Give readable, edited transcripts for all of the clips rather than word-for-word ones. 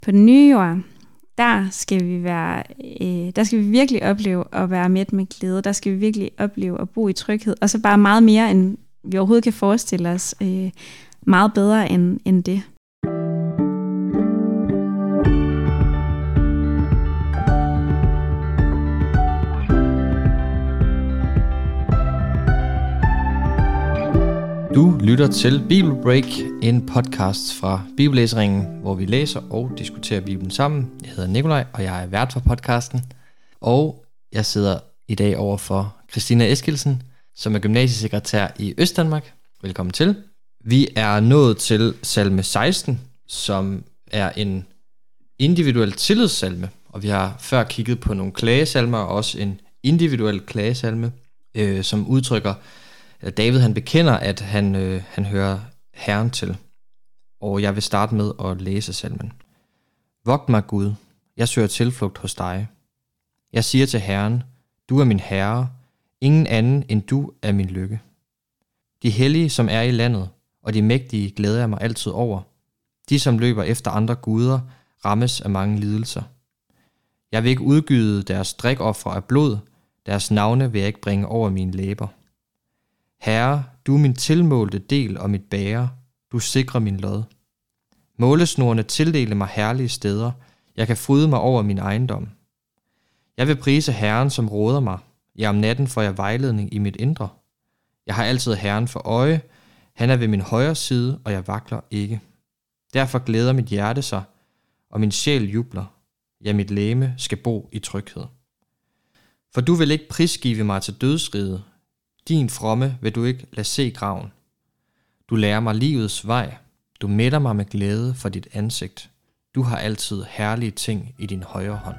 på den nye jord, der skal vi virkelig opleve at være mæt med glæde. Der skal vi virkelig opleve at bo i tryghed. Og så bare meget mere, end vi overhovedet kan forestille os. Meget bedre end det. Du lytter til Bibelbreak, en podcast fra Bibellæseringen, hvor vi læser og diskuterer Bibelen sammen. Jeg hedder Nikolaj, og jeg er vært for podcasten. Og jeg sidder i dag over for Christina Eskildsen, som er gymnasiesekretær i Østdanmark. Velkommen til. Vi er nået til salme 16, som er en individuel tillidssalme. Og vi har før kigget på nogle klagesalmer, og også en individuel klagesalme, som udtrykker, David han bekender, at han hører Herren til. Og jeg vil starte med at læse salmen. Vogt mig, Gud, jeg søger tilflugt hos dig. Jeg siger til Herren, du er min Herre, ingen anden end du er min lykke. De hellige, som er i landet, og de mægtige glæder jeg mig altid over. De, som løber efter andre guder, rammes af mange lidelser. Jeg vil ikke udgyde deres drikoffer af blod, deres navne vil jeg ikke bringe over mine læber. Herre, du er min tilmålte del og mit bære, du sikrer min lod. Målesnorene tildeler mig herlige steder, jeg kan fryde mig over min ejendom. Jeg vil prise Herren, som råder mig, ja, om natten får jeg vejledning i mit indre. Jeg har altid Herren for øje, han er ved min højre side, og jeg vakler ikke. Derfor glæder mit hjerte sig, og min sjæl jubler, ja, mit legeme skal bo i tryghed. For du vil ikke prisgive mig til dødsriget, din fromme vil du ikke lade se graven. Du lærer mig livets vej. Du mætter mig med glæde for dit ansigt. Du har altid herlige ting i din højre hånd.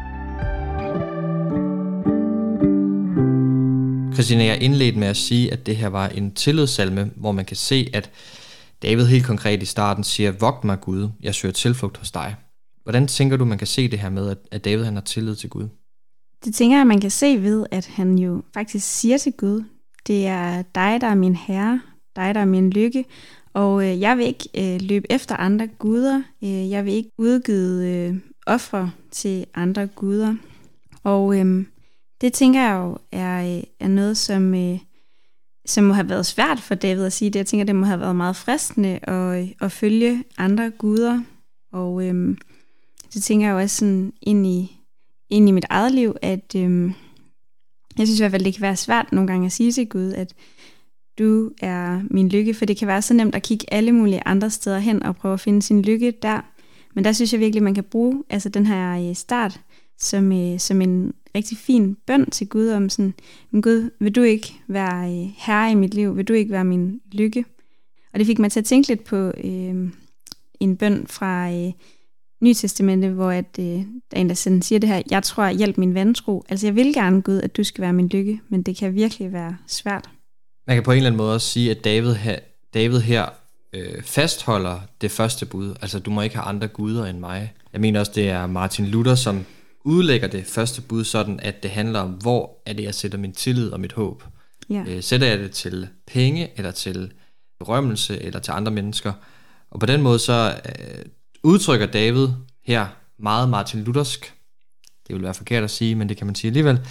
Christina, jeg indledte med at sige, at det her var en tillidssalme, hvor man kan se, at David helt konkret i starten siger, vogt mig, Gud, jeg søger tilflugt hos dig. Hvordan tænker du, man kan se det her med, at David han har tillid til Gud? Det tænker jeg, man kan se ved, at han jo faktisk siger til Gud, det er dig, der er min herre, dig, der er min lykke, og jeg vil ikke løbe efter andre guder, jeg vil ikke udgyde ofre til andre guder. Og det tænker jeg jo er noget, som må have været svært for David at sige det. Jeg tænker, det må have været meget fristende at følge andre guder, og det tænker jeg jo også sådan ind i mit eget liv, at jeg synes i hvert fald, det kan være svært nogle gange at sige til Gud, at du er min lykke, for det kan være så nemt at kigge alle mulige andre steder hen og prøve at finde sin lykke der. Men der synes jeg virkelig, man kan bruge altså den her start som en rigtig fin bøn til Gud om sådan, men Gud, vil du ikke være herre i mit liv? Vil du ikke være min lykke? Og det fik mig til at tænke lidt på en bøn fra Nye Testamente, hvor der er en, der siger det her, jeg tror, hjælp min vantro. Altså jeg vil gerne, Gud, at du skal være min lykke, men det kan virkelig være svært. Man kan på en eller anden måde også sige, at David her fastholder det første bud. Altså du må ikke have andre guder end mig. Jeg mener også, det er Martin Luther, som udlægger det første bud sådan, at det handler om, hvor er det, jeg sætter min tillid og mit håb. Ja. Sætter jeg det til penge, eller til berømmelse, eller til andre mennesker. Og på den måde så udtrykker David her meget Martin Luthersk, det vil være forkert at sige, men det kan man sige alligevel,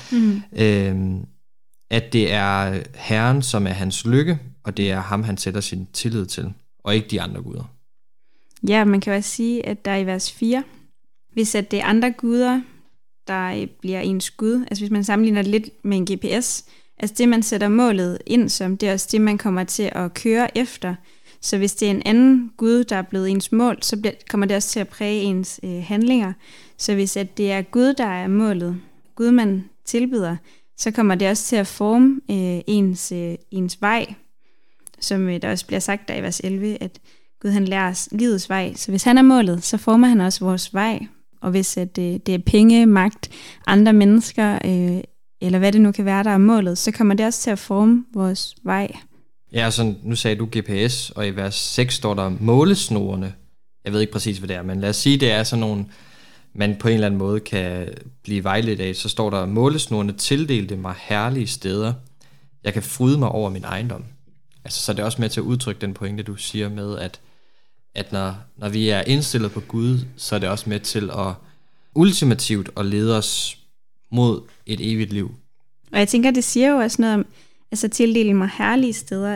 at det er Herren, som er hans lykke, og det er ham, han sætter sin tillid til, og ikke de andre guder. Ja, man kan også sige, at der i vers 4, hvis at det er andre guder, der bliver ens Gud, altså hvis man sammenligner det lidt med en GPS, altså det, man sætter målet ind som, det er også det, man kommer til at køre efter. Så hvis det er en anden Gud, der er blevet ens mål, så kommer det også til at præge ens handlinger. Så hvis at det er Gud, der er målet, Gud man tilbyder, så kommer det også til at forme ens vej, som der også bliver sagt der i vers 11, at Gud han lærer os livets vej. Så hvis han er målet, så former han også vores vej. Og hvis at det er penge, magt, andre mennesker, eller hvad det nu kan være, der er målet, så kommer det også til at forme vores vej. Ja, så nu sagde du GPS, og i vers 6 står der målesnorene. Jeg ved ikke præcis, hvad det er, men lad os sige, det er sådan nogle, man på en eller anden måde kan blive vejledt af. Så står der, målesnorene tildelte mig herlige steder. Jeg kan fryde mig over min ejendom. Altså, så er det også med til at udtrykke den pointe, du siger med, at når vi er indstillet på Gud, så er det også med til at ultimativt at lede os mod et evigt liv. Og jeg tænker, det siger jo også noget om, altså tildele mig herlige steder,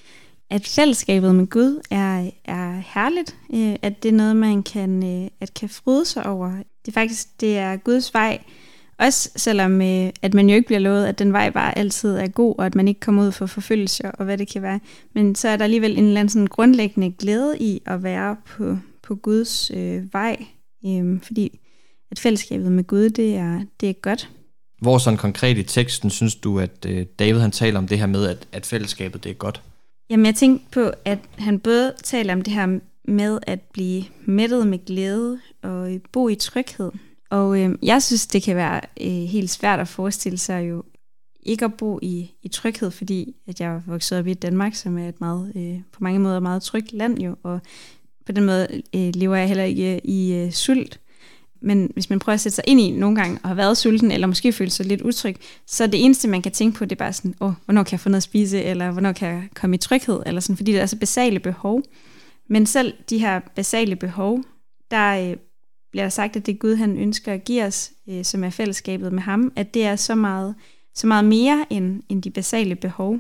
at fællesskabet med Gud er herligt, at det er noget, man kan fryde sig over. Det er Guds vej, også selvom at man jo ikke bliver lovet, at den vej bare altid er god, og at man ikke kommer ud for forfølgelse og hvad det kan være. Men så er der alligevel en eller anden sådan grundlæggende glæde i at være på Guds vej, fordi at fællesskabet med Gud, det er godt. Hvor sådan konkret i teksten synes du, at David han taler om det her med, at fællesskabet det er godt? Jamen jeg tænker på, at han både taler om det her med at blive mættet med glæde og bo i tryghed. Og jeg synes, det kan være helt svært at forestille sig jo ikke at bo i tryghed, fordi at jeg er vokset op i Danmark, som er et meget, på mange måder meget trygt land jo, og på den måde lever jeg heller ikke i sult. Men hvis man prøver at sætte sig ind i nogle gange og har været sulten, eller måske føle sig lidt utryg, så det eneste, man kan tænke på, det er bare sådan, hvornår kan jeg få noget at spise, eller hvornår kan jeg komme i tryghed, eller sådan, fordi det er så basale behov. Men selv de her basale behov, der bliver der sagt, at det Gud, han ønsker at give os, som er fællesskabet med ham, at det er så meget mere end de basale behov.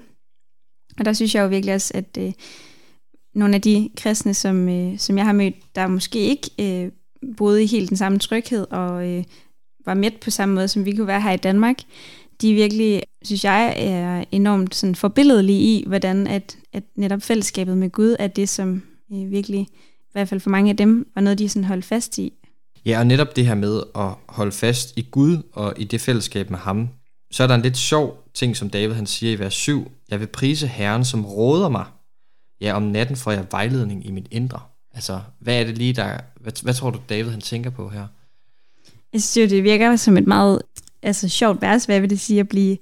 Og der synes jeg jo virkelig også, at nogle af de kristne, som jeg har mødt, der måske ikke boede i helt den samme tryghed og var mæt på samme måde, som vi kunne være her i Danmark, de virkelig, synes jeg, er enormt sådan forbilledelige i, hvordan at netop fællesskabet med Gud er det, som virkelig, i hvert fald for mange af dem, var noget, de sådan holdt fast i. Ja, og netop det her med at holde fast i Gud og i det fællesskab med ham, så er der en lidt sjov ting, som David han siger i vers 7. Jeg vil prise Herren, som råder mig. Ja, om natten får jeg vejledning i mit indre. Altså, hvad er det lige, hvad tror du, David han tænker på her? Jeg synes jo, det virker som et meget sjovt vers. Hvad vil det sige at blive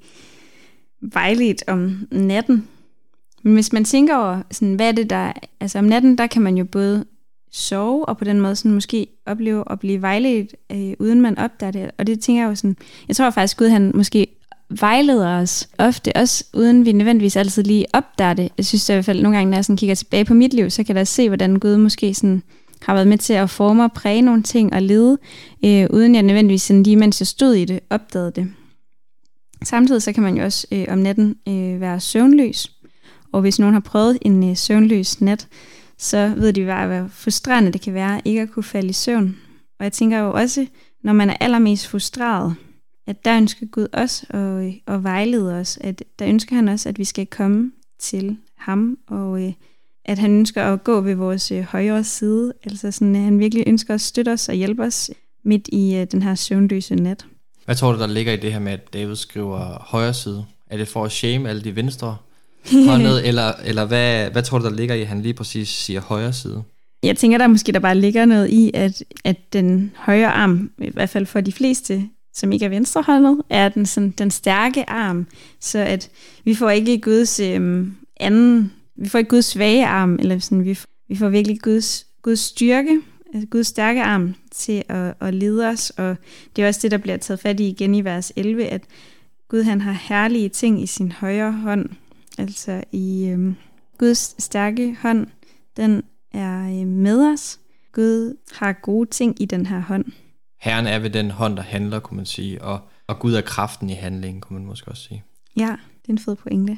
vejledt om natten? Men hvis man tænker over, sådan, hvad er det der... Altså om natten, der kan man jo både sove, og på den måde sådan, måske opleve at blive vejledt, uden man opdager det. Og det tænker jeg jo sådan... Jeg tror faktisk, Gud han måske vejleder os ofte, også uden vi nødvendigvis altid lige opdager det. Jeg synes i hvert fald nogle gange, når jeg sådan kigger tilbage på mit liv, så kan jeg se, hvordan Gud måske sådan har været med til at forme og præge nogle ting og lede, uden jeg nødvendigvis sådan lige mens jeg stod i det, opdagede det. Samtidig så kan man jo også om natten være søvnløs. Og hvis nogen har prøvet en søvnløs nat, så ved de bare, hvor frustrerende det kan være ikke at kunne falde i søvn. Og jeg tænker jo også, når man er allermest frustreret, at der ønsker Gud også at vejlede os. At der ønsker han også, at vi skal komme til ham, og at han ønsker at gå ved vores højre side. Altså sådan, at han virkelig ønsker at støtte os og hjælpe os midt i den her søvnløse nat. Hvad tror du, der ligger i det her med, at David skriver højre side? Er det for at shame alle de venstre håndede, eller hvad tror du, der ligger i, at han lige præcis siger højre side? Jeg tænker, der bare ligger noget i, at den højre arm, i hvert fald for de fleste, som ikke er venstrehåndet, er den stærke arm, så at vi får ikke Guds vi får ikke Guds svage arm, eller sådan, vi får virkelig Guds styrke, altså Guds stærke arm til at lede os, og det er også det, der bliver taget fat i igen i vers 11, at Gud han har herlige ting i sin højre hånd, altså i Guds stærke hånd, den er med os. Gud har gode ting i den her hånd. Herren er ved den hånd, der handler, kunne man sige, og Gud er kraften i handlingen, kunne man måske også sige. Ja, det er en fed pointe.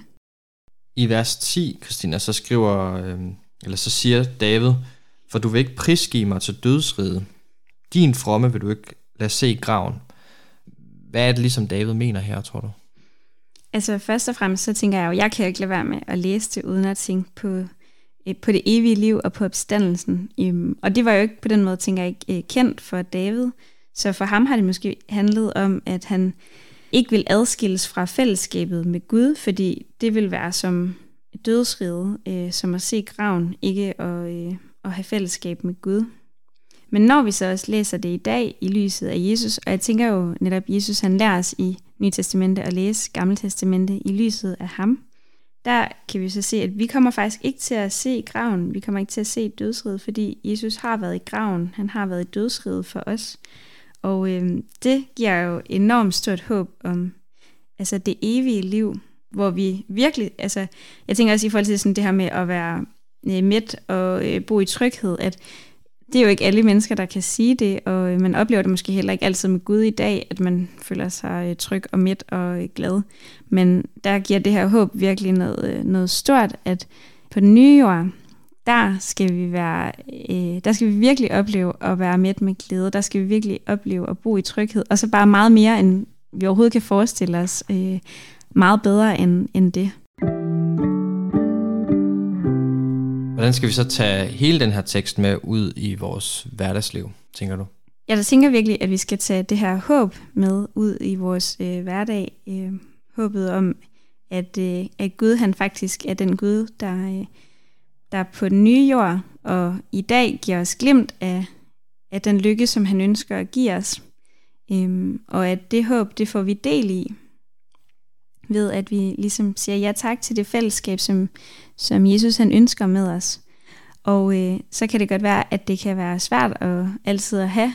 I vers 10, Christina, så så siger David, for du vil ikke prisgive mig til dødsriget. Din fromme vil du ikke lade se i graven. Hvad er det ligesom David mener her, tror du? Altså først og fremmest, så tænker jeg jo, jeg kan jo ikke lade være med at læse det, uden at tænke på det evige liv og på opstandelsen. Og det var jo ikke på den måde, tænker jeg ikke, kendt for David. Så for ham har det måske handlet om, at han ikke vil adskilles fra fællesskabet med Gud, fordi det vil være som dødsriget, som at se graven, ikke at have fællesskab med Gud. Men når vi så også læser det i dag i lyset af Jesus, og jeg tænker jo netop, Jesus han lærer os i Nye Testamente at læse Gamle Testamente i lyset af ham, der kan vi så se, at vi kommer faktisk ikke til at se graven, vi kommer ikke til at se dødsriget, fordi Jesus har været i graven, han har været i dødsriget for os. Og det giver jo enormt stort håb om altså det evige liv, hvor vi virkelig, altså jeg tænker også i forhold til sådan det her med at være mæt og bo i tryghed, at det er jo ikke alle mennesker, der kan sige det, og man oplever det måske heller ikke altid med Gud i dag, at man føler sig tryg og mæt og glad. Men der giver det her håb virkelig noget stort, at på den nye jord, der skal vi virkelig opleve at være mæt med glæde. Der skal vi virkelig opleve at bo i tryghed, og så bare meget mere, end vi overhovedet kan forestille os. Meget bedre end det. Hvordan skal vi så tage hele den her tekst med ud i vores hverdagsliv, tænker du? Jeg tænker virkelig, at vi skal tage det her håb med ud i vores hverdag. Håbet om, at Gud han faktisk er den Gud, der på den nye jord og i dag giver os glimt af den lykke, som han ønsker at give os. Og at det håb, det får vi del i, ved at vi ligesom siger ja tak til det fællesskab, som Jesus han ønsker med os. Og så kan det godt være, at det kan være svært at altid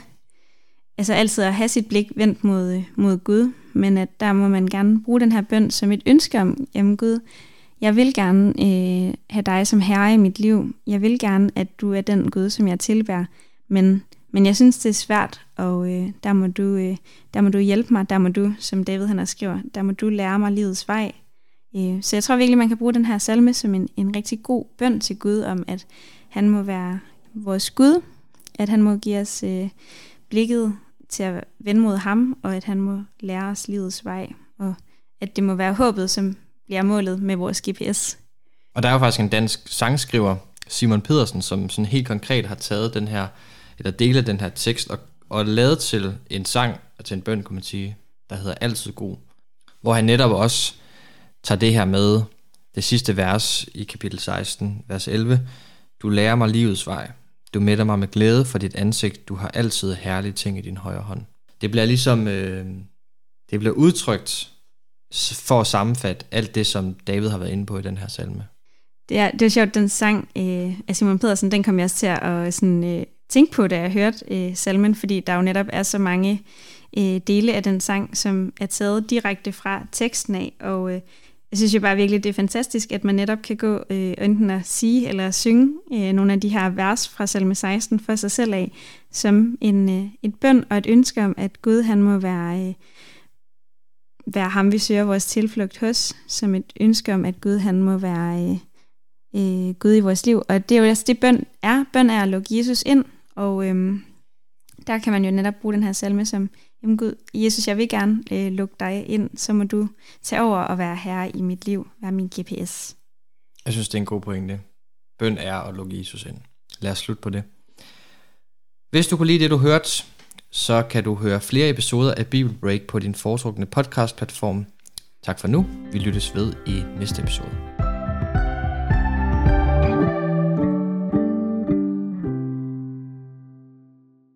at have sit blik vendt mod Gud, men at der må man gerne bruge den her bøn som et ønske om, jamen Gud, jeg vil gerne have dig som herre i mit liv. Jeg vil gerne, at du er den Gud, som jeg tilbærer, men jeg synes, det er svært, og der må du hjælpe mig. Der må du, som David han skriver, der må du lære mig livets vej. Så jeg tror virkelig, man kan bruge den her salme som en rigtig god bøn til Gud, om at han må være vores Gud, at han må give os blikket til at vende mod ham, og at han må lære os livets vej, og at det må være håbet, som bliver målet med vores GPS. Og der er jo faktisk en dansk sangskriver, Simon Pedersen, som sådan helt konkret har taget den her, eller dele af den her tekst, og lavet til en sang, og til en bøn, kunne man sige, der hedder Altid God, hvor han netop også tager det her med, det sidste vers i kapitel 16, vers 11. Du lærer mig livets vej. Du mætter mig med glæde for dit ansigt. Du har altid herlige ting i din højre hånd. Det bliver ligesom, det bliver udtrykt for at sammenfatte alt det, som David har været inde på i den her salme. Det er sjovt, den sang af Simon Pedersen, den kom jeg også til at tænke på, da jeg hørte salmen, fordi der jo netop er så mange dele af den sang, som er taget direkte fra teksten af, og jeg synes jo bare virkelig, det er fantastisk, at man netop kan gå enten at sige eller synge nogle af de her vers fra salme 16 for sig selv af, som et bøn og et ønske om, at Gud han må være ham, vi søger vores tilflugt hos, som et ønske om, at Gud han må være Gud i vores liv. Og det er jo også det, bøn er. Bøn er at lukke Jesus ind, og der kan man jo netop bruge den her salme som, jamen Gud, Jesus, jeg vil gerne lukke dig ind, så må du tage over og være herre i mit liv, være min GPS. Jeg synes, det er en god pointe. Bøn er at lukke Jesus ind. Lad os slutte på det. Hvis du kunne lide det, du hørte, så kan du høre flere episoder af Bibelbreak på din foretrukne podcastplatform. Tak for nu. Vi lyttes ved i næste episode.